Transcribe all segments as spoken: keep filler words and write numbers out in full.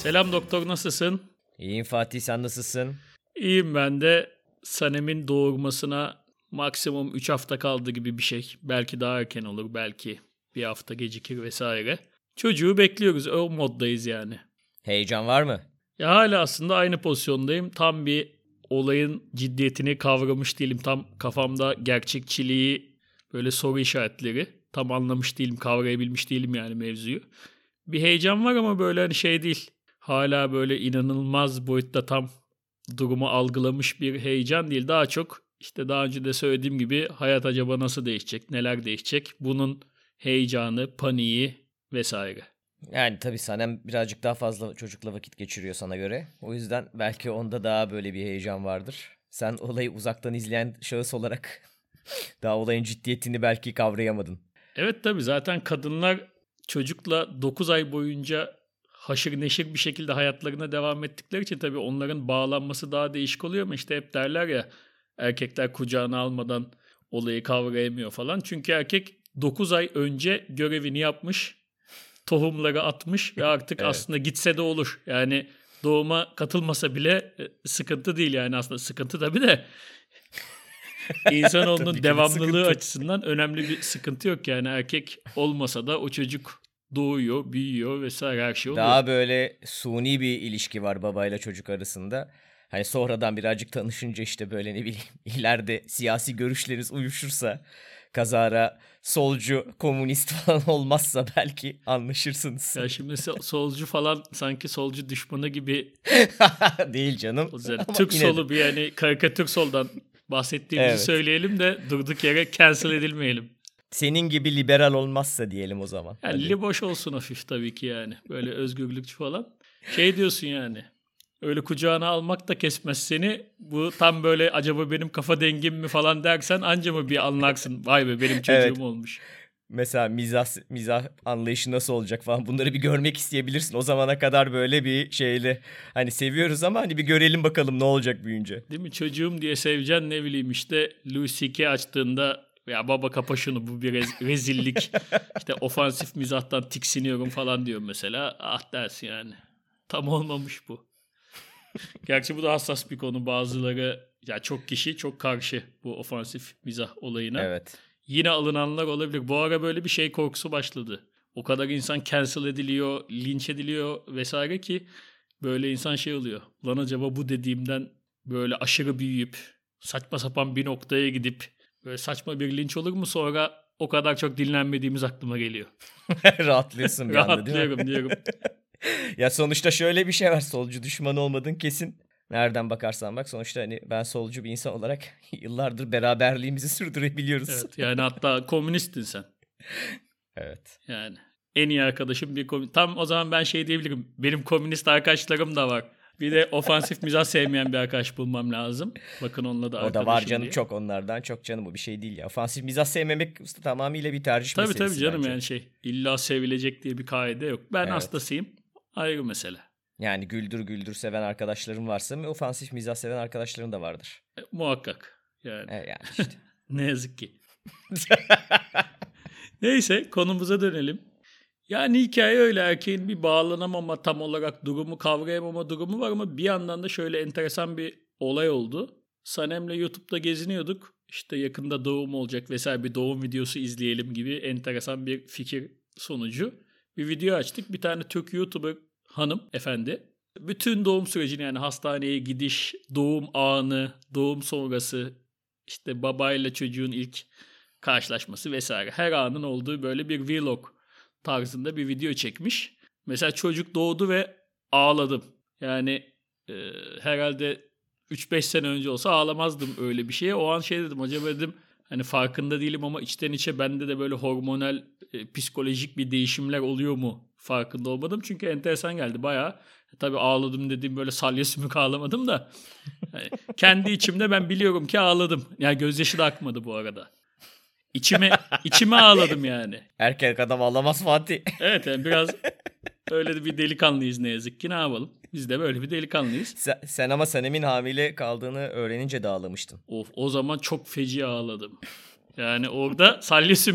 Selam doktor, nasılsın? İyiyim Fatih, sen nasılsın? İyiyim ben de. Sanem'in doğurmasına maksimum üç hafta kaldı gibi bir şey. Belki daha erken olur, belki bir hafta gecikir vesaire. Çocuğu bekliyoruz, o moddayız yani. Heyecan var mı? Ya hala aslında aynı pozisyondayım. Tam bir olayın ciddiyetini kavramış değilim. Tam kafamda gerçekçiliği, böyle soru işaretleri tam anlamış değilim, kavrayabilmiş değilim yani mevzuyu. Bir heyecan var ama böyle hani şey değil. Hala böyle inanılmaz boyutta tam durumu algılamış bir heyecan değil. Daha çok işte daha önce de söylediğim gibi hayat acaba nasıl değişecek, neler değişecek? Bunun heyecanı, paniği vesaire. Yani tabii Sanem birazcık daha fazla çocukla vakit geçiriyor sana göre. O yüzden belki onda daha böyle bir heyecan vardır. Sen olayı uzaktan izleyen şahıs olarak daha olayın ciddiyetini belki kavrayamadın. Evet tabii zaten kadınlar çocukla dokuz ay boyunca haşır neşir bir şekilde hayatlarına devam ettikleri için tabii onların bağlanması daha değişik oluyor ama işte hep derler ya erkekler kucağına almadan olayı kavrayamıyor falan. Çünkü erkek dokuz ay önce görevini yapmış, tohumları atmış ve artık Evet. aslında gitse de olur. Yani doğuma katılmasa bile sıkıntı değil yani aslında sıkıntı tabii de insanoğlunun devamlılığı açısından önemli bir sıkıntı yok yani erkek olmasa da o çocuk doğuyor, büyüyor vesaire her şey oluyor. Daha böyle suni bir ilişki var babayla çocuk arasında. Hani sonradan birazcık tanışınca işte böyle ne bileyim ileride siyasi görüşleriniz uyuşursa kazara solcu, komünist falan olmazsa belki anlaşırsınız. Ya şimdi solcu falan sanki solcu düşmanı gibi değil canım. Yani Türk solu bir yani karikatür soldan bahsettiğimizi evet. söyleyelim de durduk yere cancel edilmeyelim. Senin gibi liberal olmazsa diyelim o zaman. Yani liboş olsun hafif tabii ki yani. Böyle özgürlükçü falan. Şey diyorsun yani. Öyle kucağına almak da kesmez seni. Bu tam böyle acaba benim kafa dengim mi falan dersen anca mı bir anlarsın. Vay be benim çocuğum evet. olmuş. Mesela mizah, mizah anlayışı nasıl olacak falan bunları bir görmek isteyebilirsin. O zamana kadar böyle bir şeyle hani seviyoruz ama hani bir görelim bakalım ne olacak büyüyünce. Değil mi? Çocuğum diye seveceksin ne bileyim işte Louis C K açtığında ya baba kapa şunu bu bir rez- rezillik. İşte ofansif mizahtan tiksiniyorum falan diyor mesela. Ah dersin yani. Tam olmamış bu. Gerçi bu da hassas bir konu. Bazıları ya çok kişi çok karşı bu ofansif mizah olayına. Evet. Yine alınanlar olabilir. Bu ara böyle bir şey korkusu başladı. O kadar insan cancel ediliyor, linç ediliyor vesaire ki böyle insan şey oluyor. Lan acaba bu dediğimden böyle aşırı büyüyüp saçma sapan bir noktaya gidip böyle saçma bir linç olur mu sonra o kadar çok dinlenmediğimiz aklıma geliyor. Rahatlıyorsun bir anda değil mi? Rahatlıyorum diyorum. Ya sonuçta şöyle bir şey var. Solcu düşman olmadın kesin. Nereden bakarsan bak sonuçta hani ben solcu bir insan olarak yıllardır beraberliğimizi sürdürebiliyoruz. Evet yani hatta komünistin sen. Evet. Yani en iyi arkadaşım bir komünist. Tam o zaman ben şey diyebilirim. Benim komünist arkadaşlarım da var. Bir de ofansif mizah sevmeyen bir arkadaş bulmam lazım. Bakın onunla da arkadaşım O da var canım diye. çok onlardan çok canım bu bir şey değil ya. Ofansif mizah sevmemek tamamıyla bir tercih tabii, meselesi. Tabii tabii canım bence. yani şey illa sevilecek diye bir kaide yok. Ben evet. hastasıyım ayrı mesele. Yani güldür güldür seven arkadaşlarım varsa mı ofansif mizah seven arkadaşlarım da vardır. E, muhakkak yani. E, yani işte. Ne yazık ki. Neyse konumuza dönelim. Yani hikaye öyle erkeğin bir bağlanamama tam olarak durumu kavrayamama durumu var ama bir yandan da şöyle enteresan bir olay oldu. Sanem'le YouTube'da geziniyorduk. İşte yakında doğum olacak vesaire bir doğum videosu izleyelim gibi enteresan bir fikir sonucu. Bir video açtık. Bir tane Türk YouTuber hanım efendi. Bütün doğum sürecini yani hastaneye gidiş, doğum anı, doğum sonrası, işte babayla çocuğun ilk karşılaşması vesaire. Her anın olduğu böyle bir vlog tarzında bir video çekmiş. Mesela çocuk doğdu ve ağladım. Yani e, herhalde üç beş sene önce olsa ağlamazdım öyle bir şeye. O an şey dedim acaba dedim hani farkında değilim ama içten içe bende de böyle hormonal e, psikolojik bir değişimler oluyor mu farkında olmadım. Çünkü enteresan geldi bayağı. E, tabii ağladım dediğim böyle salya sümük ağlamadım da. Yani kendi içimde ben biliyorum ki ağladım. Yani gözyaşı da akmadı bu arada. İçime içime ağladım yani. Erkek adam ağlamaz Fatih. Evet yani biraz öyle de bir delikanlıyız ne yazık ki ne yapalım. Biz de böyle bir delikanlıyız. Sen, sen ama Sanem'in hamile kaldığını öğrenince de ağlamıştın. Of o zaman çok feci ağladım. Yani orada salya sümük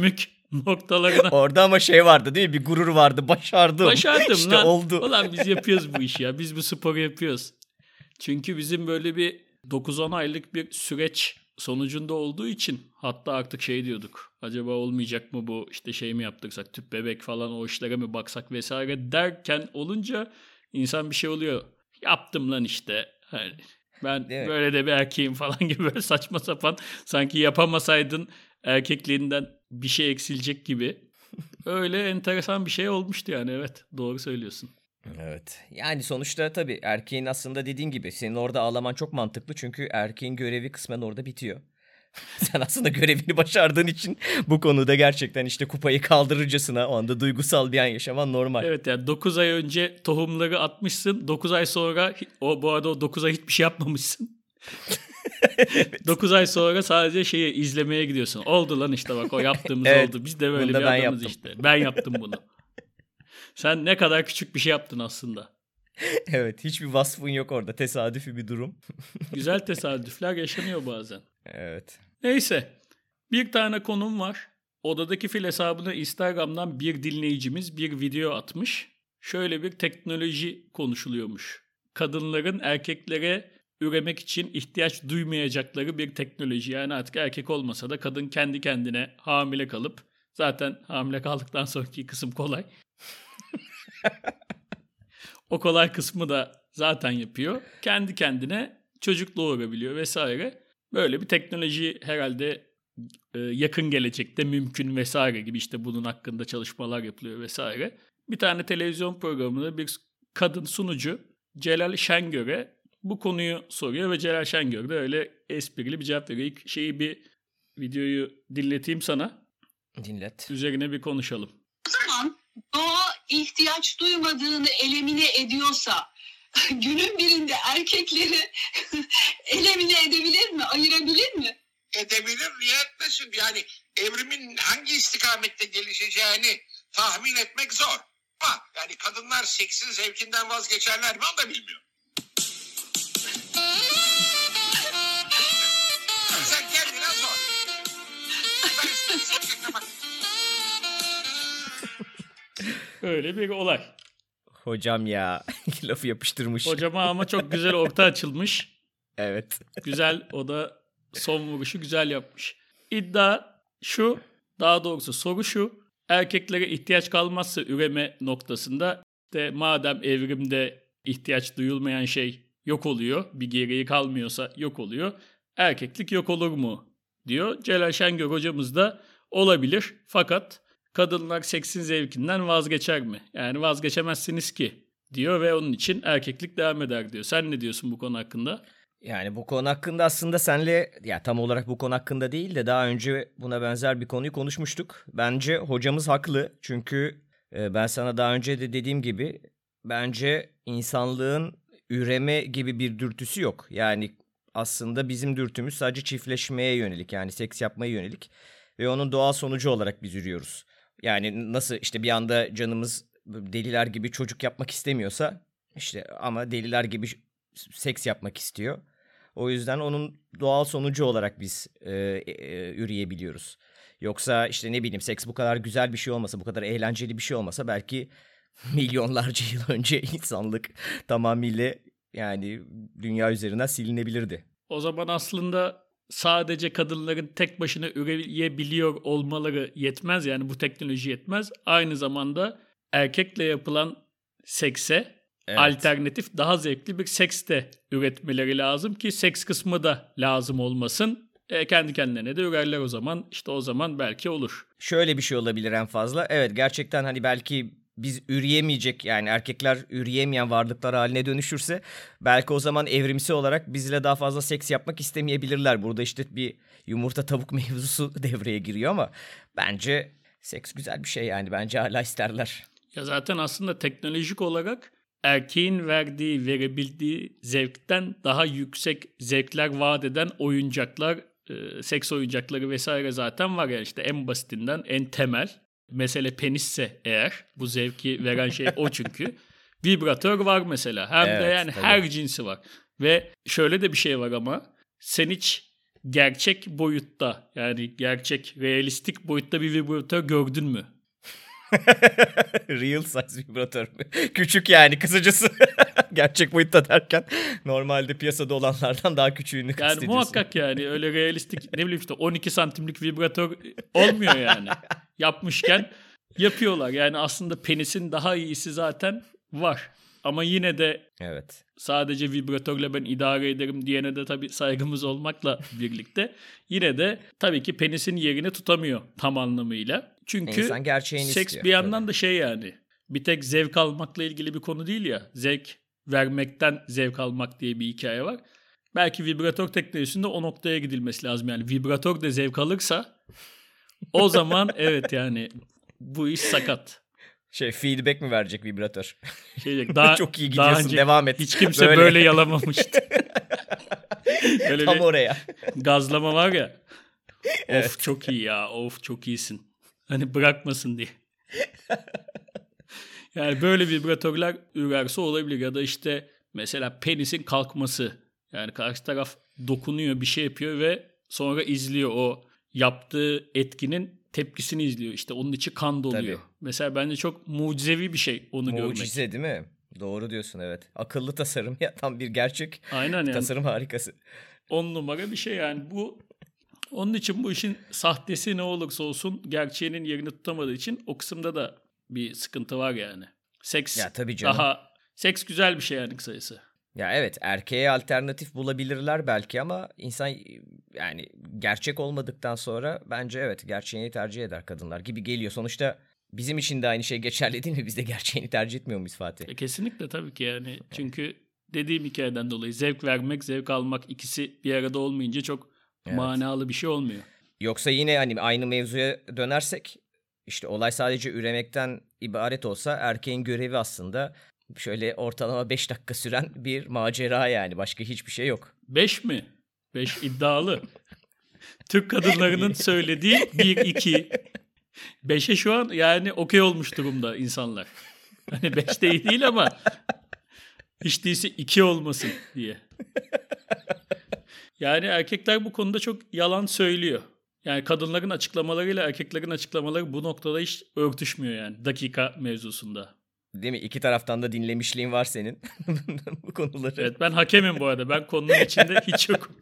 noktalarına. Orada ama şey vardı değil mi? Bir gurur vardı. Başardım. Başardım işte lan. oldu. Ulan biz yapıyoruz bu işi ya. Biz bu sporu yapıyoruz. Çünkü bizim böyle bir dokuz on aylık bir süreç sonucunda olduğu için hatta artık şey diyorduk. Acaba olmayacak mı bu, işte şey mi yaptırsak, tüp bebek falan, o işlere mi baksak vesaire derken olunca insan bir şey oluyor. Yaptım lan işte. Hani ben Evet. böyle de bir erkeğim falan gibi böyle saçma sapan, sanki yapamasaydın erkekliğinden bir şey eksilecek gibi. Öyle enteresan bir şey olmuştu yani, evet, doğru söylüyorsun. Evet. Yani sonuçta tabii erkeğin aslında dediğin gibi senin orada ağlaman çok mantıklı. Çünkü erkeğin görevi kısmen orada bitiyor. Sen aslında görevini başardığın için bu konuda gerçekten işte kupayı kaldırırcasına o anda duygusal bir an yaşaman normal. Evet, yani dokuz ay önce tohumları atmışsın. dokuz ay sonra, o bu arada o dokuz ay hiçbir şey yapmamışsın. Evet. dokuz ay sonra sadece şeyi izlemeye gidiyorsun. Oldu lan işte, bak o yaptığımız Evet, oldu. Biz de böyle bunu da bir ben adamız yaptım. işte. Ben yaptım bunu. Sen ne kadar küçük bir şey yaptın aslında. Evet, hiçbir vasfın yok orada. Tesadüfi bir durum. Güzel tesadüfler yaşanıyor bazen. Evet. Neyse. Bir tane konum var. Odadaki Fil hesabına Instagram'dan bir dinleyicimiz bir video atmış. Şöyle bir teknoloji konuşuluyormuş. Kadınların erkeklere üremek için ihtiyaç duymayacakları bir teknoloji. Yani artık erkek olmasa da kadın kendi kendine hamile kalıp, zaten hamile kaldıktan sonraki kısım kolay. O kolay kısmı da zaten yapıyor. Kendi kendine çocuk doğurabiliyor vesaire. Böyle bir teknoloji herhalde e, yakın gelecekte mümkün vesaire gibi, işte bunun hakkında çalışmalar yapılıyor vesaire. Bir tane televizyon programında bir kadın sunucu Celal Şengör'e bu konuyu soruyor ve Celal Şengör de öyle esprili bir cevap veriyor. İlk şeyi, bir videoyu dinleteyim sana. Dinlet. Üzerine bir konuşalım. O zaman doğa ihtiyaç duymadığını elemine ediyorsa günün birinde erkekleri elemine edebilir mi, ayırabilir mi? Edebilir, niye etmesin? Yani evrimin hangi istikamette gelişeceğini tahmin etmek zor. Ama yani kadınlar seksin zevkinden vazgeçerler mi, onu da bilmiyorum. Sen kendine sor. Ben istedim. Öyle bir olay. Hocam ya lafı yapıştırmış. Hocama ama çok güzel orta açılmış. Evet. Güzel, o da son vuruşu güzel yapmış. İddia şu, daha doğrusu soru şu: erkeklere ihtiyaç kalmazsa üreme noktasında, de madem evrimde ihtiyaç duyulmayan şey yok oluyor, bir gereği kalmıyorsa yok oluyor, erkeklik yok olur mu diyor. Celal Şengör hocamız da olabilir, fakat kadınlar seksin zevkinden vazgeçer mi? Yani vazgeçemezsiniz ki diyor ve onun için erkeklik devam eder diyor. Sen ne diyorsun bu konu hakkında? Yani bu konu hakkında aslında senle, ya tam olarak bu konu hakkında değil de daha önce buna benzer bir konuyu konuşmuştuk. Bence hocamız haklı. Çünkü e, ben sana daha önce de dediğim gibi bence insanlığın üreme gibi bir dürtüsü yok. Yani aslında bizim dürtümüz sadece çiftleşmeye yönelik, yani seks yapmaya yönelik ve onun doğal sonucu olarak biz ürüyoruz. Yani nasıl işte bir anda canımız deliler gibi çocuk yapmak istemiyorsa, işte ama deliler gibi seks yapmak istiyor. O yüzden onun doğal sonucu olarak biz e, e, üreyebiliyoruz. Yoksa işte ne bileyim, seks bu kadar güzel bir şey olmasa, bu kadar eğlenceli bir şey olmasa belki milyonlarca yıl önce insanlık tamamıyla yani dünya üzerinden silinebilirdi. O zaman aslında sadece kadınların tek başına üreyebiliyor olmaları yetmez, yani bu teknoloji yetmez. Aynı zamanda erkekle yapılan sekse Evet. alternatif, daha zevkli bir seks de üretmeleri lazım ki seks kısmı da lazım olmasın. E, kendi kendilerine de ürerler o zaman. İşte o zaman belki olur. Şöyle bir şey olabilir en fazla. Evet, gerçekten hani belki biz üreyemeyecek, yani erkekler üreyemeyen varlıklar haline dönüşürse belki o zaman evrimsel olarak bizle daha fazla seks yapmak istemeyebilirler. Burada işte bir yumurta tavuk mevzusu devreye giriyor ama bence seks güzel bir şey, yani bence hala isterler. Ya zaten aslında teknolojik olarak erkeğin verdiği, verebildiği zevkten daha yüksek zevkler vaat eden oyuncaklar, e, seks oyuncakları vesaire zaten var ya, işte en basitinden, en temel. Mesele penisse eğer, bu zevki veren şey o çünkü. Vibratör var mesela. Hem Evet, de yani tabii. her cinsi var. Ve şöyle de bir şey var ama, sen hiç gerçek boyutta, yani gerçek, realistik boyutta bir vibratör gördün mü? Real size vibratör mü? Küçük yani kısacası. Gerçek boyutta derken normalde piyasada olanlardan daha küçüğünü Yani kastediyorsun. muhakkak yani öyle realistik ne bileyim işte on iki santimlik vibratör olmuyor yani. Yapmışken yapıyorlar. Yani aslında penisin daha iyisi zaten var. Ama yine de Evet. sadece vibratörle ben idare ederim diyene de tabii saygımız olmakla birlikte yine de tabii ki penisin yerini tutamıyor tam anlamıyla. Çünkü İnsan gerçeğini seks istiyor, bir yandan tabii. da şey yani bir tek zevk almakla ilgili bir konu değil ya. Zevk vermekten zevk almak diye bir hikaye var. Belki vibratör teknolojisinde o noktaya gidilmesi lazım. Yani vibratör de zevk alırsa o zaman evet yani bu iş sakat. Şey feedback mi verecek vibratör? Şey, daha, Çok iyi daha gidiyorsun, önce devam et. Hiç kimse Böyle. böyle, yalamamıştı. Böyle Tam bir oraya. gazlama var ya. Evet. Of çok iyi ya. Of çok iyisin. Hani bırakmasın diye. Yani böyle vibratörler ürerse olabilir. Ya da işte mesela penisin kalkması. Yani karşı taraf dokunuyor, bir şey yapıyor ve sonra izliyor o yaptığı etkinin tepkisini izliyor. İşte onun içi kan doluyor. Tabii. Mesela bence çok mucizevi bir şey onu görmek. Mucize değil mi? Doğru diyorsun, evet. Akıllı tasarım ya, tam bir gerçek Aynen yani. tasarım harikası. On numara bir şey yani bu. Onun için bu işin sahtesi ne olursa olsun gerçeğinin yerini tutamadığı için o kısımda da bir sıkıntı var yani. Seks Ya tabii canım. daha seks güzel bir şey yani kısacası. Ya evet, erkeğe alternatif bulabilirler belki ama insan yani gerçek olmadıktan sonra bence evet gerçeğini tercih eder kadınlar gibi geliyor. Sonuçta bizim için de aynı şey geçerli değil mi? Biz de gerçeğini tercih etmiyor muyuz Fatih? E kesinlikle tabii ki yani. Çünkü dediğim hikayeden dolayı zevk vermek, zevk almak ikisi bir arada olmayınca çok Evet. manalı bir şey olmuyor. Yoksa yine hani aynı mevzuya dönersek işte olay sadece üremekten ibaret olsa erkeğin görevi aslında şöyle ortalama beş dakika süren bir macera yani. Başka hiçbir şey yok. Beş mi? Beş iddialı. Türk kadınlarının söylediği bir iki. Beşe şu an yani okey olmuş durumda insanlar. Hani beş de iyi değil ama hiç değilse iki olmasın diye. Yani erkekler bu konuda çok yalan söylüyor. Yani kadınların açıklamalarıyla erkeklerin açıklamaları bu noktada hiç örtüşmüyor yani dakika mevzusunda. Değil mi? İki taraftan da dinlemişliğin var senin bu konuları. Evet ben hakemim bu arada. Ben konunun içinde hiç yokum.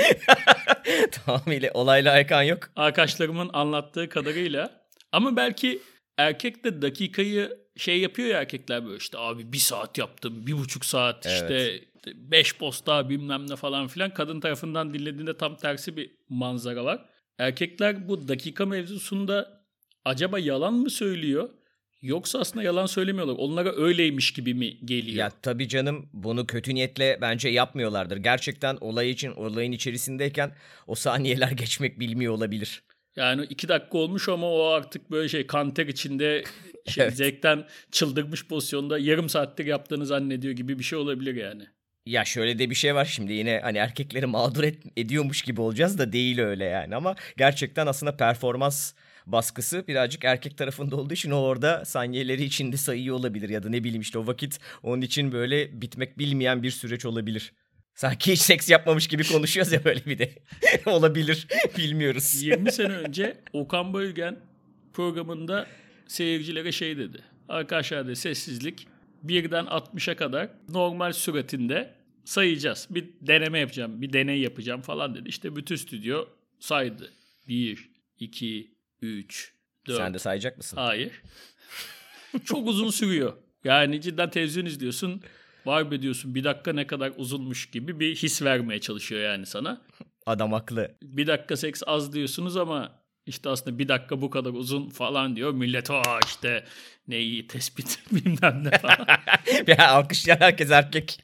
Tamamıyla olayla alakan yok. Arkadaşlarımın anlattığı kadarıyla. Ama belki erkek de dakikayı şey yapıyor ya erkekler böyle işte abi bir saat yaptım, bir buçuk saat Evet. işte beş posta bilmem ne falan filan. Kadın tarafından dinlediğinde tam tersi bir manzara var. Erkekler bu dakika mevzusunda acaba yalan mı söylüyor? Yoksa aslında yalan söylemiyorlar. Onlara öyleymiş gibi mi geliyor? Ya tabii canım, bunu kötü niyetle bence yapmıyorlardır. Gerçekten olay için olayın içerisindeyken o saniyeler geçmek bilmiyor olabilir. Yani iki dakika olmuş ama o artık böyle şey kanter içinde şey, Evet. zevkten çıldırmış pozisyonda yarım saattir yaptığını zannediyor gibi bir şey olabilir yani. Ya şöyle de bir şey var şimdi, yine hani erkekleri mağdur et, ediyormuş gibi olacağız da değil öyle yani. Ama gerçekten aslında performans baskısı birazcık erkek tarafında olduğu için o orada saniyeleri içinde sayıyor olabilir. Ya da ne bileyim işte o vakit onun için böyle bitmek bilmeyen bir süreç olabilir. Sanki hiç seks yapmamış gibi konuşuyoruz ya böyle bir de. Olabilir, bilmiyoruz. yirmi sene önce Okan Bayülgen programında seyircilere şey dedi. Arkadaşlar dedi sessizlik birden altmışa kadar normal süratinde sayacağız. Bir deneme yapacağım, bir deney yapacağım falan dedi. İşte bütün stüdyo saydı. bir, iki, üç, dört. Sen de sayacak mısın? Hayır. Çok uzun sürüyor. Yani cidden televizyon izliyorsun. Vay be diyorsun bir dakika ne kadar uzunmuş gibi bir his vermeye çalışıyor yani sana. Adam haklı. Bir dakika seks az diyorsunuz ama işte aslında bir dakika bu kadar uzun falan diyor. Millet aa işte ne iyi tespit bilmem ne falan. Ya alkışlayan herkes erkek.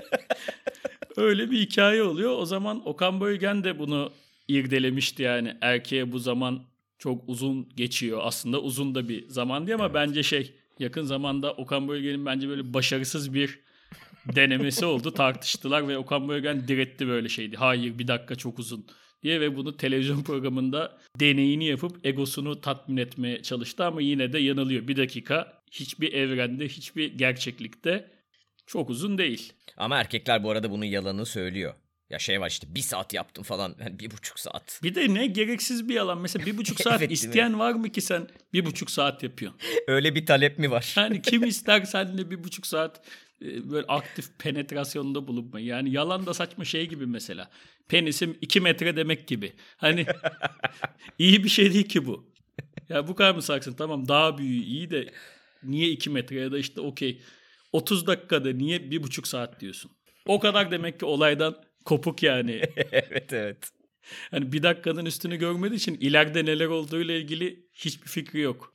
Öyle bir hikaye oluyor. O zaman Okan Bayülgen de bunu irdelemişti yani. Erkeğe bu zaman çok uzun geçiyor. Aslında uzun da bir zaman diye ama evet. Bence şey yakın zamanda Okan Bayülgen'in bence böyle başarısız bir denemesi oldu. Tartıştılar ve Okan Bayülgen diretti böyle şeydi. Hayır bir dakika çok uzun diye ve bunu televizyon programında deneyini yapıp egosunu tatmin etmeye çalıştı ama yine de yanılıyor. Bir dakika hiçbir evrende, hiçbir gerçeklikte çok uzun değil. Ama erkekler bu arada bunun yalanını söylüyor. Ya şey var işte bir saat yaptım falan. Yani bir buçuk saat. Bir de ne gereksiz bir yalan. Mesela bir buçuk saat Evet, isteyen var mı ki sen bir buçuk saat yapıyorsun? Öyle bir talep mi var? Yani kim ister seninle bir buçuk saat e, böyle aktif penetrasyonda bulunmayı? Yani yalan da saçma şey gibi mesela. Penisim iki metre demek gibi. Hani iyi bir şey değil ki bu. Ya bu kadar mı saksın? Tamam daha büyüğü iyi de niye iki metre ya da işte okey otuz dakikada niye bir buçuk saat diyorsun? O kadar demek ki olaydan kopuk yani. Evet evet. Hani bir dakikanın üstünü görmediği için ileride neler olduğuyla ilgili hiçbir fikri yok.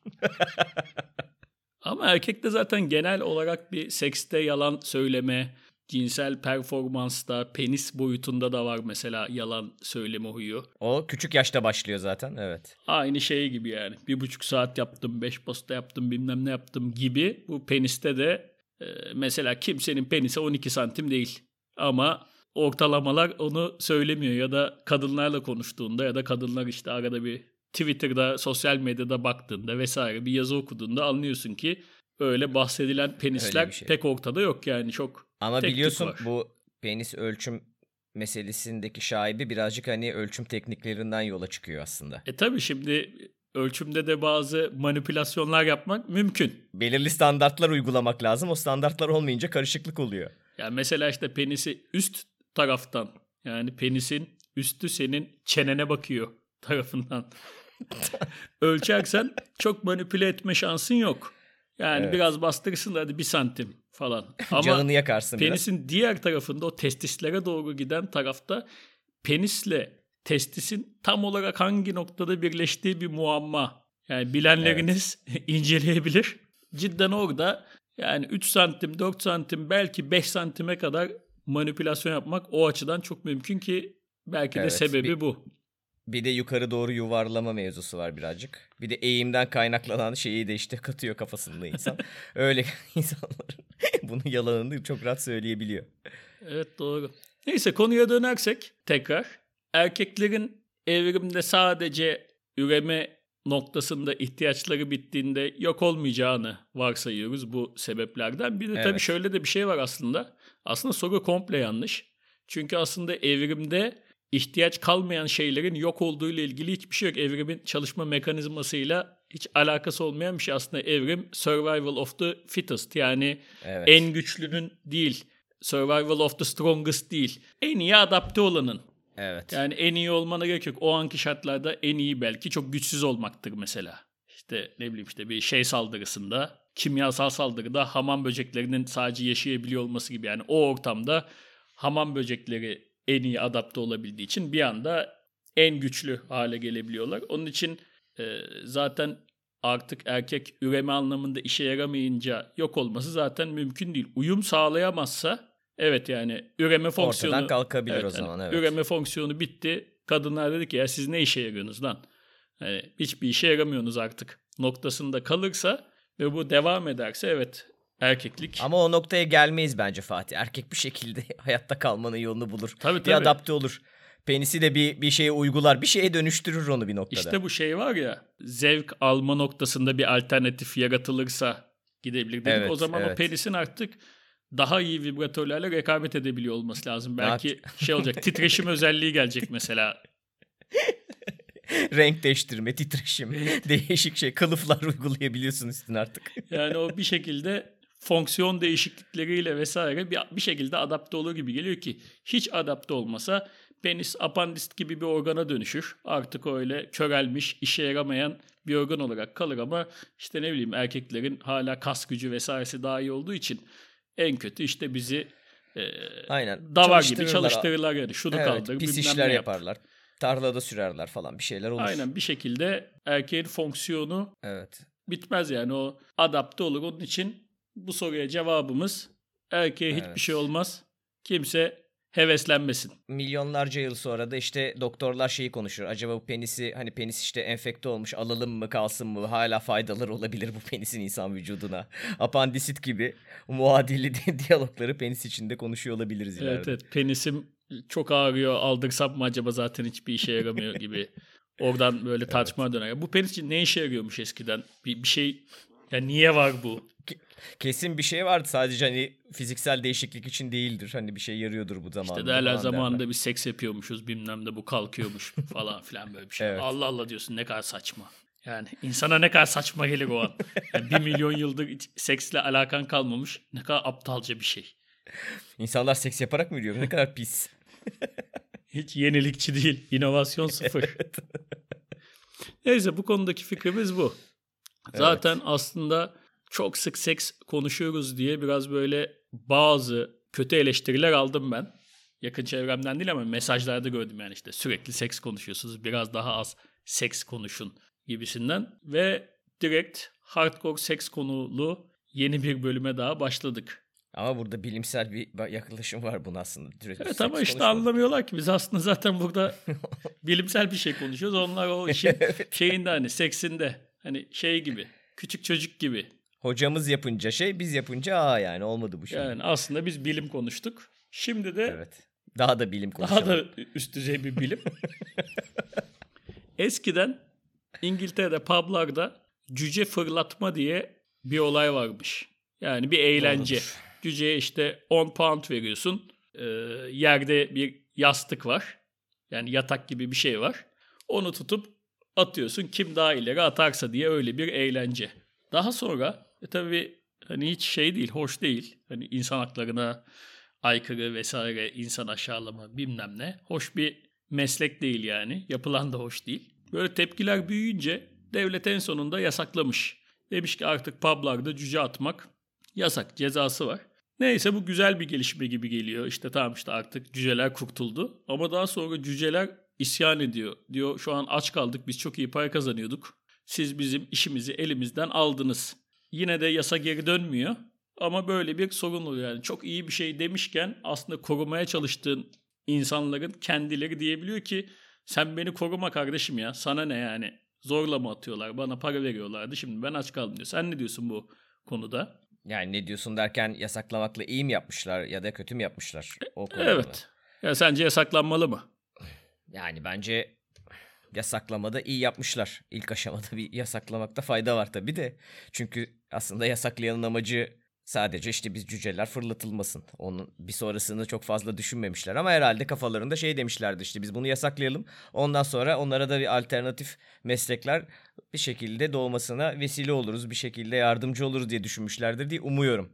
Ama erkekte zaten genel olarak bir sekste yalan söyleme, cinsel performansta, penis boyutunda da var mesela yalan söyleme huyu. O küçük yaşta başlıyor zaten, evet. Aynı şey gibi yani. Bir buçuk saat yaptım, beş posta yaptım, bilmem ne yaptım gibi. Bu peniste de e, mesela kimsenin penisi on iki santim değil. Ama ortalamalar onu söylemiyor ya da kadınlarla konuştuğunda ya da kadınlar işte arada bir Twitter'da, sosyal medyada baktığında vesaire bir yazı okuduğunda anlıyorsun ki öyle bahsedilen penisler şey. pek ortada yok yani çok. Ama tek biliyorsun tük var. bu penis ölçüm meselesindeki şaibi birazcık hani ölçüm tekniklerinden yola çıkıyor aslında. E tabii şimdi ölçümde de bazı manipülasyonlar yapmak mümkün. Belirli standartlar uygulamak lazım. O standartlar olmayınca karışıklık oluyor. Yani mesela işte penisi üst taraftan yani penisin üstü senin çenene bakıyor tarafından ölçersen çok manipüle etme şansın yok. Yani Evet. biraz bastırırsın da hadi bir santim falan. Ama Canını yakarsın penisin biraz. diğer tarafında o testislere doğru giden tarafta penisle testisin tam olarak hangi noktada birleştiği bir muamma. Yani bilenleriniz evet. inceleyebilir. Cidden orada yani üç santim, dört santim belki beş santime kadar manipülasyon yapmak o açıdan çok mümkün ki belki Evet, de sebebi bir, bu. Bir de yukarı doğru yuvarlama mevzusu var birazcık. Bir de eğimden kaynaklanan şeyi de işte katıyor kafasında insan. Öyle insanların bunun yalanını çok rahat söyleyebiliyor. Evet doğru. Neyse konuya dönersek tekrar. Erkeklerin evrimde sadece üreme noktasında ihtiyaçları bittiğinde yok olmayacağını varsayıyoruz bu sebeplerden. Bir de Evet. tabii şöyle de bir şey var aslında. Aslında soru komple yanlış. Çünkü aslında evrimde ihtiyaç kalmayan şeylerin yok olduğu ile ilgili hiçbir şey yok. Evrimin çalışma mekanizmasıyla hiç alakası olmayan bir şey. Aslında evrim survival of the fittest yani Evet. en güçlünün değil, survival of the strongest değil. En iyi adapte olanın. Evet. Yani en iyi olmana gerek yok. O anki şartlarda en iyi belki çok güçsüz olmaktır mesela. İşte ne bileyim işte bir şey saldırısında, kimyasal saldırıda hamam böceklerinin sadece yaşayabiliyor olması gibi. Yani o ortamda hamam böcekleri en iyi adapte olabildiği için bir anda en güçlü hale gelebiliyorlar. Onun için e, zaten artık erkek üreme anlamında işe yaramayınca yok olması zaten mümkün değil. Uyum sağlayamazsa evet yani üreme fonksiyonu ortadan kalkabilir evet, o zaman. Yani evet. Üreme fonksiyonu bitti. Kadınlar dedi ki ya siz ne işe yarıyorsunuz lan? Yani hiçbir işe yaramıyorsunuz artık noktasında kalırsa ve bu devam ederse evet erkeklik. Ama o noktaya gelmeyiz bence Fatih. Erkek bir şekilde hayatta kalmanın yolunu bulur. Tabii, bir tabii. adapte olur. Penisi de bir bir şeye uygular. Bir şeye dönüştürür onu bir noktada. İşte bu şey var ya zevk alma noktasında bir alternatif yaratılırsa gidebilir dedik. Evet, o zaman evet. o penisin artık daha iyi vibratörlerle rekabet edebiliyor olması lazım. Belki şey olacak titreşim özelliği gelecek mesela. Renk değiştirme, titreşim, değişik şey, kılıflar uygulayabiliyorsun üstüne artık. Yani o bir şekilde fonksiyon değişiklikleriyle vesaire bir, bir şekilde adapte olur gibi geliyor ki hiç adapte olmasa penis apandist gibi bir organa dönüşür. Artık öyle körelmiş, işe yaramayan bir organ olarak kalır ama işte ne bileyim erkeklerin hala kas gücü vesairesi daha iyi olduğu için en kötü işte bizi e, Aynen. davar gibi çalıştırırlar yani şunu evet, kaldır pis bilmem işler ne yaparlar. Yap. Tarlada sürerler falan bir şeyler olur. Aynen bir şekilde erkeğin fonksiyonu evet. bitmez yani o adapte olur. Onun için bu soruya cevabımız erkeğe evet. hiçbir şey olmaz. Kimse heveslenmesin. Milyonlarca yıl sonra da işte doktorlar şeyi konuşur. Acaba bu penisi hani penis işte enfekte olmuş alalım mı kalsın mı? Hala faydaları olabilir bu penisin insan vücuduna. Apandisit gibi muadili diyalogları penis içinde konuşuyor olabiliriz ileride. Evet evet penisim çok ağrıyor aldırsam mı acaba zaten hiçbir işe yaramıyor gibi. Oradan böyle tartışma evet. döner. Bu penis için ne işe yarıyormuş eskiden? Bir, bir şey Ya niye var bu? Kesin bir şey vardı, sadece hani fiziksel değişiklik için değildir. Hani bir şey yarıyordur bu zamanında. İşte derler falan zamanında derler. bir seks yapıyormuşuz bilmem de bu kalkıyormuş falan filan böyle bir şey. Evet. Allah Allah diyorsun, ne kadar saçma. Yani insana ne kadar saçma gelir o an. Yani bir milyon yıldır hiç seksle alakan kalmamış. Ne kadar aptalca bir şey. İnsanlar seks yaparak mı yürüyor? Ne kadar pis. Hiç yenilikçi değil. İnovasyon sıfır. Neyse, bu konudaki fikrimiz bu. Zaten evet. Aslında çok sık seks konuşuyoruz diye biraz böyle bazı kötü eleştiriler aldım ben. Yakın çevremden değil ama mesajlarda gördüm yani, işte sürekli seks konuşuyorsunuz, biraz daha az seks konuşun gibisinden. Ve direkt hardcore seks konulu yeni bir bölüme daha başladık. Ama burada bilimsel bir yaklaşım var buna aslında. Direkt evet ama işte konuşmadık. Anlamıyorlar ki biz aslında zaten burada bilimsel bir şey konuşuyoruz. Onlar o işin evet. şeyinde, hani seksinde, hani şey gibi, küçük çocuk gibi. Hocamız yapınca şey, biz yapınca aa yani olmadı bu şey. Yani aslında biz bilim konuştuk. Şimdi de evet. Daha da bilim konuşalım. Daha da üst düzey bir bilim. Eskiden İngiltere'de publarda cüce fırlatma diye bir olay varmış. Yani bir eğlence. Doğrudur. Cüceye işte on pound veriyorsun. Ee, yerde bir yastık var. Yani yatak gibi bir şey var. Onu tutup atıyorsun. Kim daha ileri atarsa diye, öyle bir eğlence. Daha sonra e tabii hani hiç şey değil, hoş değil. Hani insan haklarına aykırı vesaire, insan aşağılama bilmem ne. Hoş bir meslek değil yani. Yapılan da hoş değil. Böyle tepkiler büyüyünce devlet en sonunda yasaklamış. Demiş ki artık publarda cüce atmak yasak, cezası var. Neyse, bu güzel bir gelişme gibi geliyor. İşte tamam, işte artık cüceler kurtuldu. Ama daha sonra cüceler isyan ediyor. Diyor şu an aç kaldık, biz çok iyi para kazanıyorduk. Siz bizim işimizi elimizden aldınız. Yine de yasa geri dönmüyor. Ama böyle bir sorun oluyor yani. Çok iyi bir şey demişken aslında korumaya çalıştığın insanların kendileri diyebiliyor ki sen beni koruma kardeşim ya. Sana ne yani? Zorla mı atıyorlar? Bana para veriyorlardı. Şimdi ben aç kaldım diyor. Sen ne diyorsun bu konuda? Yani ne diyorsun derken, yasaklamakla iyi mi yapmışlar ya da kötü mü yapmışlar? O evet. Mı? Ya sence yasaklanmalı mı? Yani bence yasaklamada iyi yapmışlar. İlk aşamada bir yasaklamakta fayda var tabii de. Çünkü aslında yasaklayanın amacı sadece işte biz cüceler fırlatılmasın. Onun bir sonrasını çok fazla düşünmemişler ama herhalde kafalarında şey demişlerdi, işte biz bunu yasaklayalım. Ondan sonra onlara da bir alternatif meslekler bir şekilde doğmasına vesile oluruz. Bir şekilde yardımcı oluruz diye düşünmüşlerdir diye umuyorum.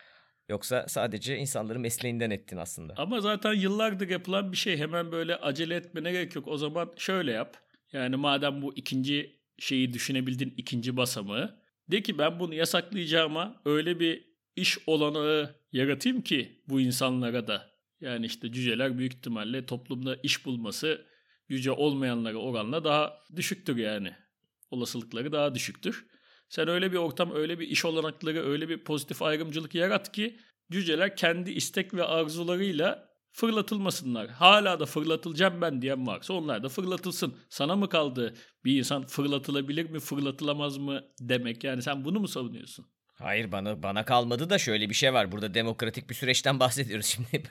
Yoksa sadece insanları mesleğinden ettin aslında. Ama zaten yıllardır yapılan bir şey. Hemen böyle acele etmene gerek yok. O zaman şöyle yap. Yani madem bu ikinci şeyi düşünebildin, ikinci basamağı. De ki ben bunu yasaklayacağıma öyle bir iş olanağı yaratayım ki bu insanlara da. Yani işte cüceler büyük ihtimalle toplumda iş bulması cüce olmayanlara oranla daha düşüktür yani. Olasılıkları daha düşüktür. Sen öyle bir ortam, öyle bir iş olanakları, öyle bir pozitif ayrımcılık yarat ki cüceler kendi istek ve arzularıyla fırlatılmasınlar. Hala da fırlatılacağım ben diyen varsa onlar da fırlatılsın. Sana mı kaldı bir insan fırlatılabilir mi, fırlatılamaz mı demek? Yani sen bunu mu savunuyorsun? Hayır, bana bana kalmadı da şöyle bir şey var. Burada demokratik bir süreçten bahsediyoruz şimdi.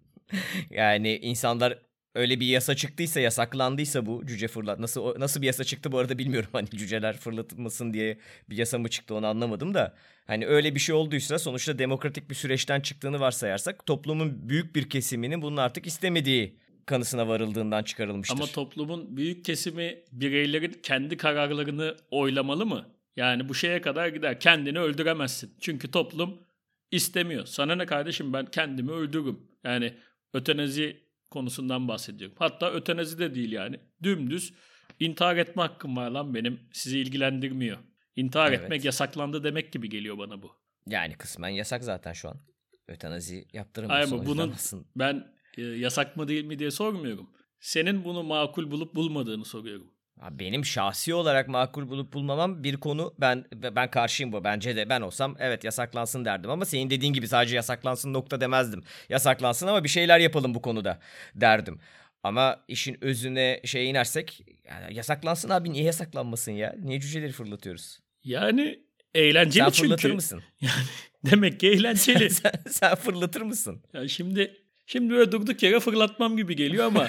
Yani insanlar, öyle bir yasa çıktıysa, yasaklandıysa bu cüce fırlat. Nasıl nasıl bir yasa çıktı bu arada bilmiyorum. Hani cüceler fırlatılmasın diye bir yasa mı çıktı onu anlamadım da. Hani öyle bir şey olduysa sonuçta demokratik bir süreçten çıktığını varsayarsak toplumun büyük bir kesiminin bunun artık istemediği kanısına varıldığından çıkarılmıştır. Ama toplumun büyük kesimi bireylerin kendi kararlarını oylamalı mı? Yani bu şeye kadar gider. Kendini öldüremezsin. Çünkü toplum istemiyor. Sana ne kardeşim, ben kendimi öldürürüm. Yani ötenazi konusundan bahsediyorum. Hatta ötenazi de değil yani. Dümdüz intihar etme hakkım var lan benim. Sizi ilgilendirmiyor. İntihar evet. etmek yasaklandı demek gibi geliyor bana bu. Yani kısmen yasak zaten şu an. Ötenazi yaptıramıyorsun. Hayır, bunun ben e, yasak mı değil mi diye sormuyorum. Senin bunu makul bulup bulmadığını soruyorum. Benim şahsi olarak makul bulup bulmamam bir konu. Ben ben karşıyım bu. Bence de ben olsam evet yasaklansın derdim. Ama senin dediğin gibi sadece yasaklansın nokta demezdim. Yasaklansın ama bir şeyler yapalım bu konuda derdim. Ama işin özüne şey inersek yani yasaklansın abi, niye yasaklanmasın ya? Niye cüceleri fırlatıyoruz? Yani eğlenceli sen çünkü. Sen fırlatır mısın? Yani demek ki eğlenceli. sen, sen, sen fırlatır mısın? Ya şimdi Şimdi böyle durduk yere fırlatmam gibi geliyor ama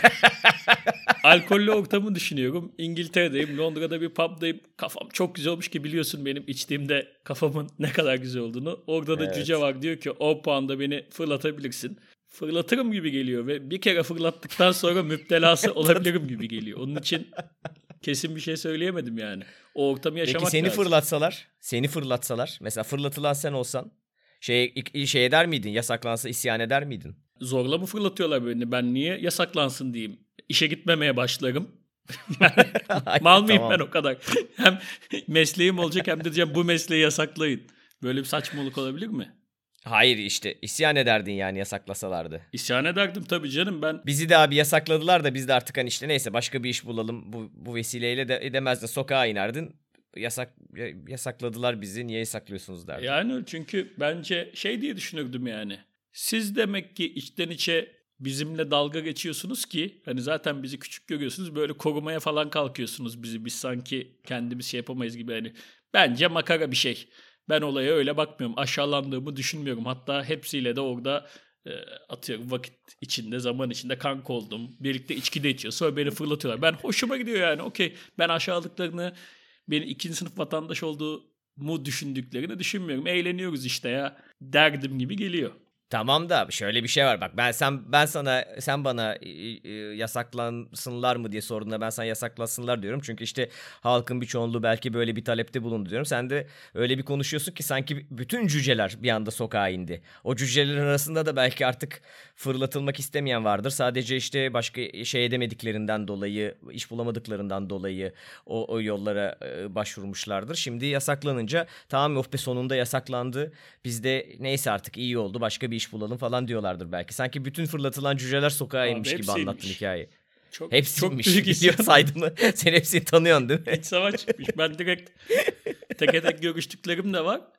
alkollü ortamı düşünüyorum. İngiltere'deyim, Londra'da bir pub'dayım. Kafam çok güzel olmuş ki biliyorsun benim içtiğimde kafamın ne kadar güzel olduğunu. Orada da Evet. cüce var, diyor ki o puanda beni fırlatabilirsin. Fırlatırım gibi geliyor ve bir kere fırlattıktan sonra müptelası olabilirim gibi geliyor. Onun için kesin bir şey söyleyemedim yani. O ortamı yaşamak Peki seni lazım. fırlatsalar, seni fırlatsalar, mesela fırlatılan sen olsan şey şey eder miydin? Yasaklansa isyan eder miydin? Zorla mı fırlatıyorlar beni? Ben niye yasaklansın diyeyim. İşe gitmemeye başlarım. Yani, mal mıyım Tamam. ben o kadar? Hem mesleğim olacak hem de diyeceğim bu mesleği yasaklayın. Böyle bir saçmalık olabilir mi? Hayır işte isyan ederdin yani yasaklasalardı. İsyan ederdim tabii canım ben. Bizi de abi yasakladılar da biz de artık hani işte neyse başka bir iş bulalım bu, bu vesileyle de edemezdin, sokağa inerdin. Yasak yasakladılar bizi, niye yasaklıyorsunuz derdin. Yani çünkü bence şey diye düşünürdüm yani. Siz demek ki içten içe bizimle dalga geçiyorsunuz ki hani zaten bizi küçük görüyorsunuz, böyle korumaya falan kalkıyorsunuz bizi. Biz sanki kendimiz şey yapamayız gibi hani. Bence makara bir şey. Ben olaya öyle bakmıyorum. Aşağılandığımı düşünmüyorum. Hatta hepsiyle de orada e, atıyorum vakit içinde, zaman içinde kanka oldum. Birlikte içki de içiyor. Sonra beni fırlatıyorlar. Ben hoşuma gidiyor yani. Okey. Ben aşağılıklarını, beni ikinci sınıf vatandaş olduğumu düşündüklerini düşünmüyorum. Eğleniyoruz işte ya derdim gibi geliyor. Tamam da şöyle bir şey var bak, ben sen ben sana sen bana e, e, yasaklansınlar mı diye sorduğunda ben sana yasaklansınlar diyorum. Çünkü işte halkın bir çoğunluğu belki böyle bir talepte bulundu diyorum. Sen de öyle bir konuşuyorsun ki sanki bütün cüceler bir anda sokağa indi. O cücelerin arasında da belki artık fırlatılmak istemeyen vardır. Sadece işte başka şey edemediklerinden dolayı, iş bulamadıklarından dolayı o, o yollara e, başvurmuşlardır. Şimdi yasaklanınca tamam oh be sonunda yasaklandı. Biz de neyse artık iyi oldu, başka bir iş bulalım falan diyorlardır belki. Sanki bütün fırlatılan cüceler sokağa Abi inmiş gibi hepsiymiş. anlattın hikayeyi. Çok, Hepsiymiş. çok büyük Biliyor isyan. saydım mı? Sen hepsini tanıyorsun değil mi? İç savaş çıkmış. Ben direkt teke tek görüştüklerim de var.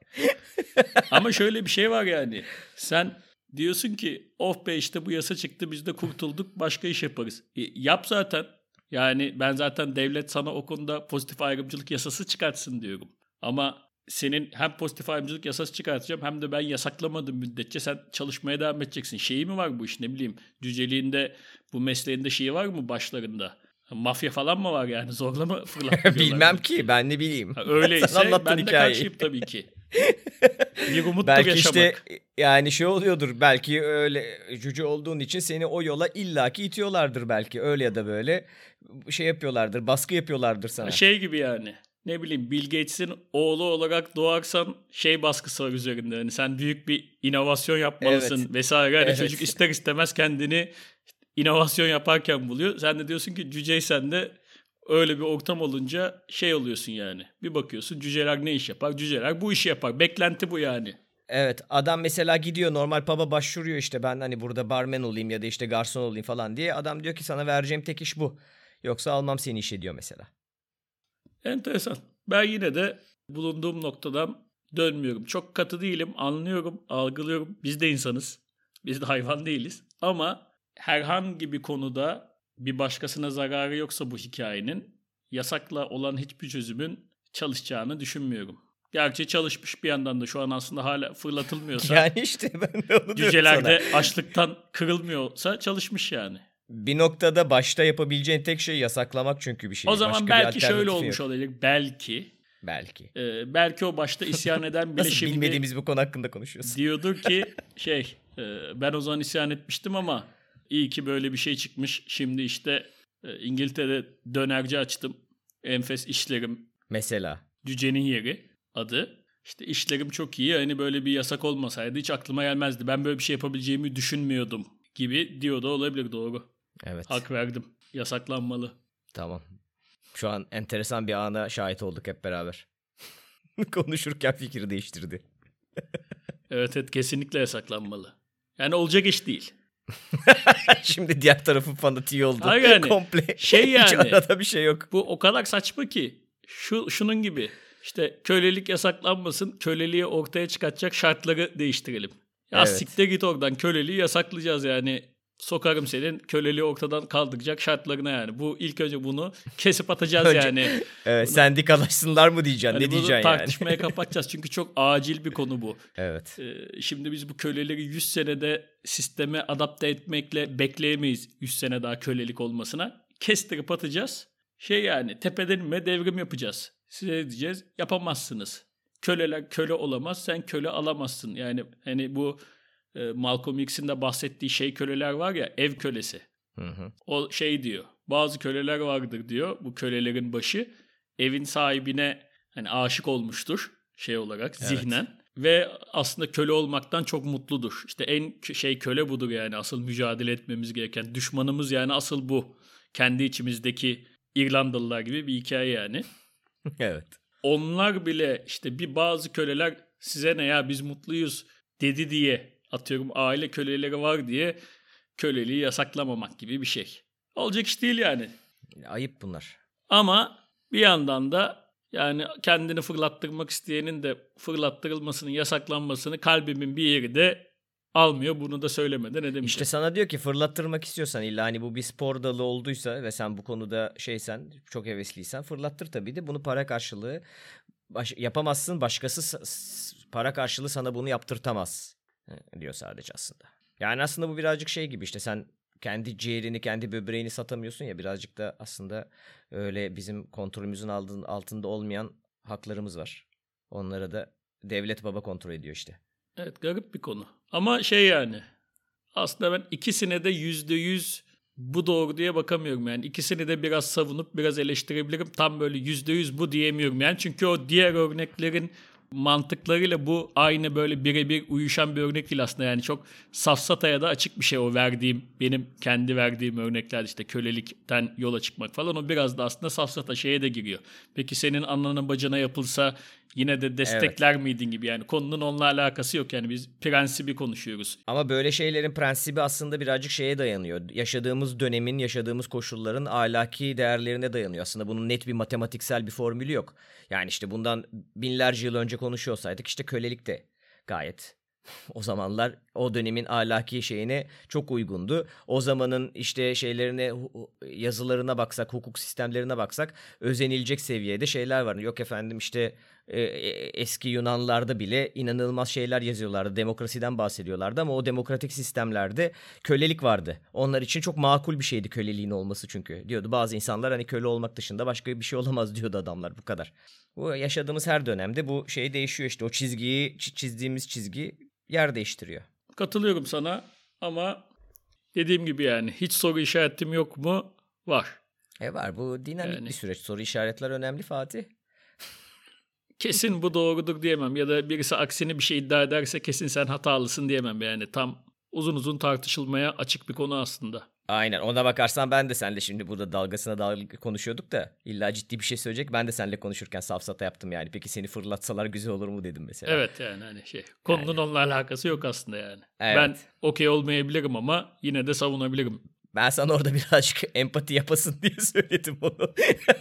Ama şöyle bir şey var yani. Sen diyorsun ki oh be işte bu yasa çıktı, biz de kurtulduk, başka iş yaparız. E, yap zaten. Yani ben zaten devlet sana o konuda pozitif ayrımcılık yasası çıkartsın diyorum. Ama senin hem pozitif ayrımcılık yasası çıkartacağım hem de ben yasaklamadığım müddetçe sen çalışmaya devam edeceksin. Şeyi mi var bu iş, ne bileyim, cüceliğinde, bu mesleğinde şeyi var mı başlarında? Mafya falan mı var yani, zorla mı fırlatıyorlar? Bilmem ki, ben ne bileyim. Ha, öyleyse Sen anlattın ben de hikayeyi. karşıyım tabii ki. Bir umuttur Belki yaşamak. işte yani şey oluyordur, belki öyle cüce olduğun için seni o yola illaki itiyorlardır belki, öyle ya da böyle şey yapıyorlardır, baskı yapıyorlardır sana. Şey gibi yani, ne bileyim, Bill Gates'in oğlu olarak doğarsan şey baskısı var üzerinde. Yani sen büyük bir inovasyon yapmalısın Evet. vesaire. Yani Evet. çocuk ister istemez kendini inovasyon yaparken buluyor. Sen de diyorsun ki cüceysen de öyle bir ortam olunca şey oluyorsun yani. Bir bakıyorsun cüceler ne iş yapar? Cüceler bu işi yapar. Beklenti bu yani. Evet, adam mesela gidiyor normal pub'a başvuruyor, işte ben hani burada barmen olayım ya da işte garson olayım falan diye. Adam diyor ki sana vereceğim tek iş bu. Yoksa almam seni işe diyor mesela. Enteresan. Ben yine de bulunduğum noktadan dönmüyorum. Çok katı değilim. Anlıyorum, algılıyorum. Biz de insanız. Biz de hayvan değiliz. Ama herhangi bir konuda bir başkasına zararı yoksa bu hikayenin, yasakla olan hiçbir çözümün çalışacağını düşünmüyorum. Gerçi çalışmış bir yandan da, şu an aslında hala fırlatılmıyorsa, Yani işte ben de onu diyorum cücelerde sana. açlıktan kırılmıyorsa çalışmış yani. Bir noktada başta yapabileceğin tek şey yasaklamak çünkü bir şey. O zaman Başka bir belki şöyle alternatifin olmuş yok. olabilir. Belki. Belki. Ee, belki o başta isyan eden bile Nasıl şimdi bilmediğimiz bir konu hakkında konuşuyorsun? diyordur ki şey e, ben o zaman isyan etmiştim ama iyi ki böyle bir şey çıkmış. Şimdi işte e, İngiltere'de dönerci açtım. Enfes işlerim. Mesela. Cücenin yeri adı. İşte işlerim çok iyi. Hani böyle bir yasak olmasaydı hiç aklıma gelmezdi. Ben böyle bir şey yapabileceğimi düşünmüyordum gibi diyor da olabilir, doğru. Evet. Hak verdim. Yasaklanmalı. Tamam. Şu an enteresan bir ana şahit olduk hep beraber. Konuşurken fikir değiştirdi. Evet evet, kesinlikle yasaklanmalı. Yani olacak iş değil. Şimdi diğer tarafın fanatiği oldu. Hayır yani, Komple. şey Hiç yani. arada bir şey yok. Bu o kadar saçma ki. Şu şunun gibi. İşte kölelik yasaklanmasın. Köleliği ortaya çıkartacak şartları değiştirelim. Ya Evet. siktir git oradan. Köleliği yasaklayacağız yani. sokarım senin köleliği ortadan kaldıracak şartlarına yani. Bu ilk önce bunu kesip atacağız Önce, yani. Evet, sendikalaşsınlar mı diyeceksin, Hani ne diyeceksin yani. tartışmaya kapatacağız çünkü çok acil bir konu bu. Evet. Ee, şimdi biz bu köleleri yüz senede sisteme adapte etmekle bekleyemeyiz yüz sene daha kölelik olmasına. Kestirip atacağız. Şey yani tepeden inme devrim yapacağız. Size diyeceğiz yapamazsınız. Köleler köle olamaz, sen köle alamazsın. Yani hani bu e, Malcolm X'in de bahsettiği şey köleler var ya, ev kölesi. Hı hı. O şey diyor. Bazı köleler vardır diyor. Bu kölelerin başı evin sahibine hani aşık olmuştur şey olarak, Evet. zihnen ve aslında köle olmaktan çok mutludur. İşte en kö- şey köle budur yani, asıl mücadele etmemiz gereken düşmanımız yani asıl bu. Kendi içimizdeki İrlandalılar gibi bir hikaye yani. Evet. Onlar bile işte bir bazı köleler size ne ya biz mutluyuz dedi diye, atıyorum aile köleleri var diye köleliği yasaklamamak gibi bir şey. Olacak iş değil yani. Ayıp bunlar. Ama bir yandan da yani kendini fırlattırmak isteyenin de fırlattırılmasının, yasaklanmasını kalbimin bir yeri de almıyor. Bunu da söylemeden edemeyeceğim. İşte sana diyor ki fırlattırmak istiyorsan, illa hani bu bir spor dalı olduysa ve sen bu konuda şeysen, çok hevesliysen fırlattır tabii de bunu para karşılığı baş- yapamazsın. Başkası s- s- para karşılığı sana bunu yaptırtamaz He, diyor sadece aslında. Yani aslında bu birazcık şey gibi, işte sen kendi ciğerini, kendi böbreğini satamıyorsun ya, birazcık da aslında öyle bizim kontrolümüzün altın- altında olmayan haklarımız var. Onlara da devlet baba kontrol ediyor işte. Evet, garip bir konu. Ama şey yani aslında ben ikisine de yüzde yüz bu doğru diye bakamıyorum yani. İkisini de biraz savunup biraz eleştirebilirim. Tam böyle yüzde yüz bu diyemiyorum yani. Çünkü o diğer örneklerin mantıklarıyla bu aynı böyle birebir uyuşan bir örnek değil aslında. Yani çok safsataya da açık bir şey o verdiğim, benim kendi verdiğim örnekler, işte kölelikten yola çıkmak falan, o biraz da aslında safsata şeye de giriyor. Peki senin anana bacına yapılsa yine de destekler miydin gibi yani, konunun onunla alakası yok yani, biz prensibi konuşuyoruz. Ama böyle şeylerin prensibi aslında birazcık şeye dayanıyor. Yaşadığımız dönemin, yaşadığımız koşulların ahlaki değerlerine dayanıyor. Aslında bunun net bir matematiksel bir formülü yok. Yani işte bundan binlerce yıl önce konuşuyor olsaydık işte kölelik de gayet o zamanlar o dönemin ahlaki şeyine çok uygundu. O zamanın işte şeylerine, yazılarına baksak, hukuk sistemlerine baksak özenilecek seviyede şeyler var. Yok efendim işte e, eski Yunanlarda bile inanılmaz şeyler yazıyorlardı. Demokrasiden bahsediyorlardı ama o demokratik sistemlerde kölelik vardı. Onlar için çok makul bir şeydi köleliğin olması çünkü. Diyordu bazı insanlar hani köle olmak dışında başka bir şey olamaz diyordu adamlar, bu kadar. Bu yaşadığımız her dönemde bu şey değişiyor işte, o çizgiyi çizdiğimiz çizgi yer değiştiriyor. Katılıyorum sana ama dediğim gibi yani hiç soru işaretim yok mu? Var. E var, bu dinamik Yani. bir süreç. Soru işaretler önemli Fatih. Kesin bu doğrudur diyemem ya da birisi aksini bir şey iddia ederse kesin sen hatalısın diyemem yani. Tam uzun uzun tartışılmaya açık bir konu aslında. Aynen, ona bakarsan ben de seninle şimdi burada dalgasına dalga konuşuyorduk da illa ciddi bir şey söyleyecek. Ben de seninle konuşurken safsata yaptım yani. Peki seni fırlatsalar güzel olur mu dedim mesela. Evet yani hani şey, konunun Yani. onunla alakası yok aslında yani. Evet. Ben okey olmayabilirim ama yine de savunabilirim. Ben sana orada birazcık empati yapasın diye söyledim onu.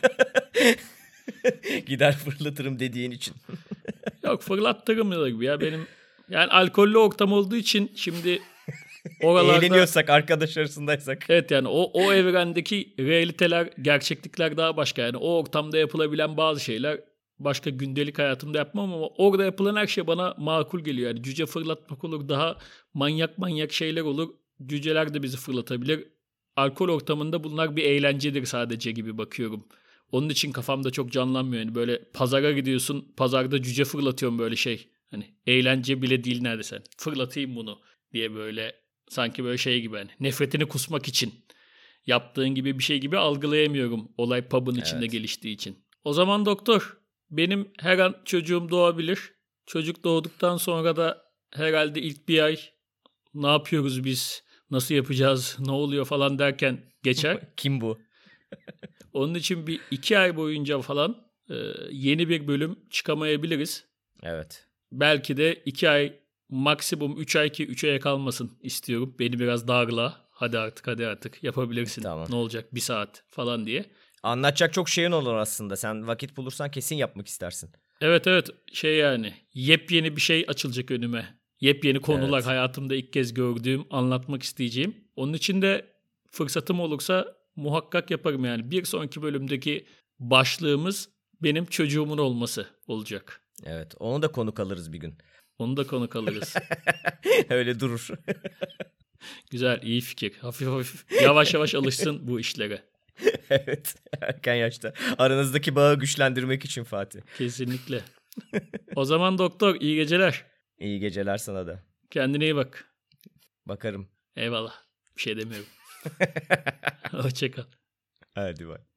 Gider fırlatırım dediğin için. Yok, fırlattırım ya gibi ya benim yani alkollü ortam olduğu için şimdi oralarda... Eğleniyorsak, arkadaş arasındaysak. Evet yani o, o evrendeki realiteler, gerçeklikler daha başka. Yani o ortamda yapılabilen bazı şeyler başka gündelik hayatımda yapmam ama orada yapılan her şey bana makul geliyor. Yani cüce fırlatmak olur, daha manyak manyak şeyler olur. Cüceler de bizi fırlatabilir. Alkol ortamında bunlar bir eğlencedir sadece gibi bakıyorum. Onun için kafamda çok canlanmıyor. Yani böyle pazara gidiyorsun, pazarda cüce fırlatıyorum böyle şey. Hani eğlence bile değil neredeyse. Fırlatayım bunu diye böyle sanki böyle şey gibi hani nefretini kusmak için yaptığın gibi bir şey gibi algılayamıyorum olay pub'ın Evet. içinde geliştiği için. O zaman doktor, benim her an çocuğum doğabilir. Çocuk doğduktan sonra da herhalde ilk bir ay ne yapıyoruz biz, nasıl yapacağız, ne oluyor falan derken geçer. Kim bu? Onun için bir iki ay boyunca falan e, yeni bir bölüm çıkamayabiliriz. Evet. Belki de iki ay, maksimum üç ay, ki üç aya kalmasın istiyorum. Beni biraz darla. Hadi artık hadi artık yapabilirsin. Tamam. Ne olacak bir saat falan diye. Anlatacak çok şeyin olur aslında. Sen vakit bulursan kesin yapmak istersin. Evet evet şey yani yepyeni bir şey açılacak önüme. Yepyeni konular, Evet. hayatımda ilk kez gördüğüm, anlatmak isteyeceğim. Onun için de fırsatım olursa muhakkak yaparım yani. Bir sonraki bölümdeki başlığımız benim çocuğumun olması olacak. Evet, onu da konuk alırız bir gün. Onu da konuk alırız. Öyle durur. Güzel, iyi fikir. Hafif hafif, yavaş yavaş alışsın bu işlere. Evet, erken yaşta. Aranızdaki bağı güçlendirmek için Fatih. Kesinlikle. O zaman doktor, iyi geceler. İyi geceler sana da. Kendine iyi bak. Bakarım. Eyvallah. Bir şey demiyorum. Hoşça kal. Hadi bay.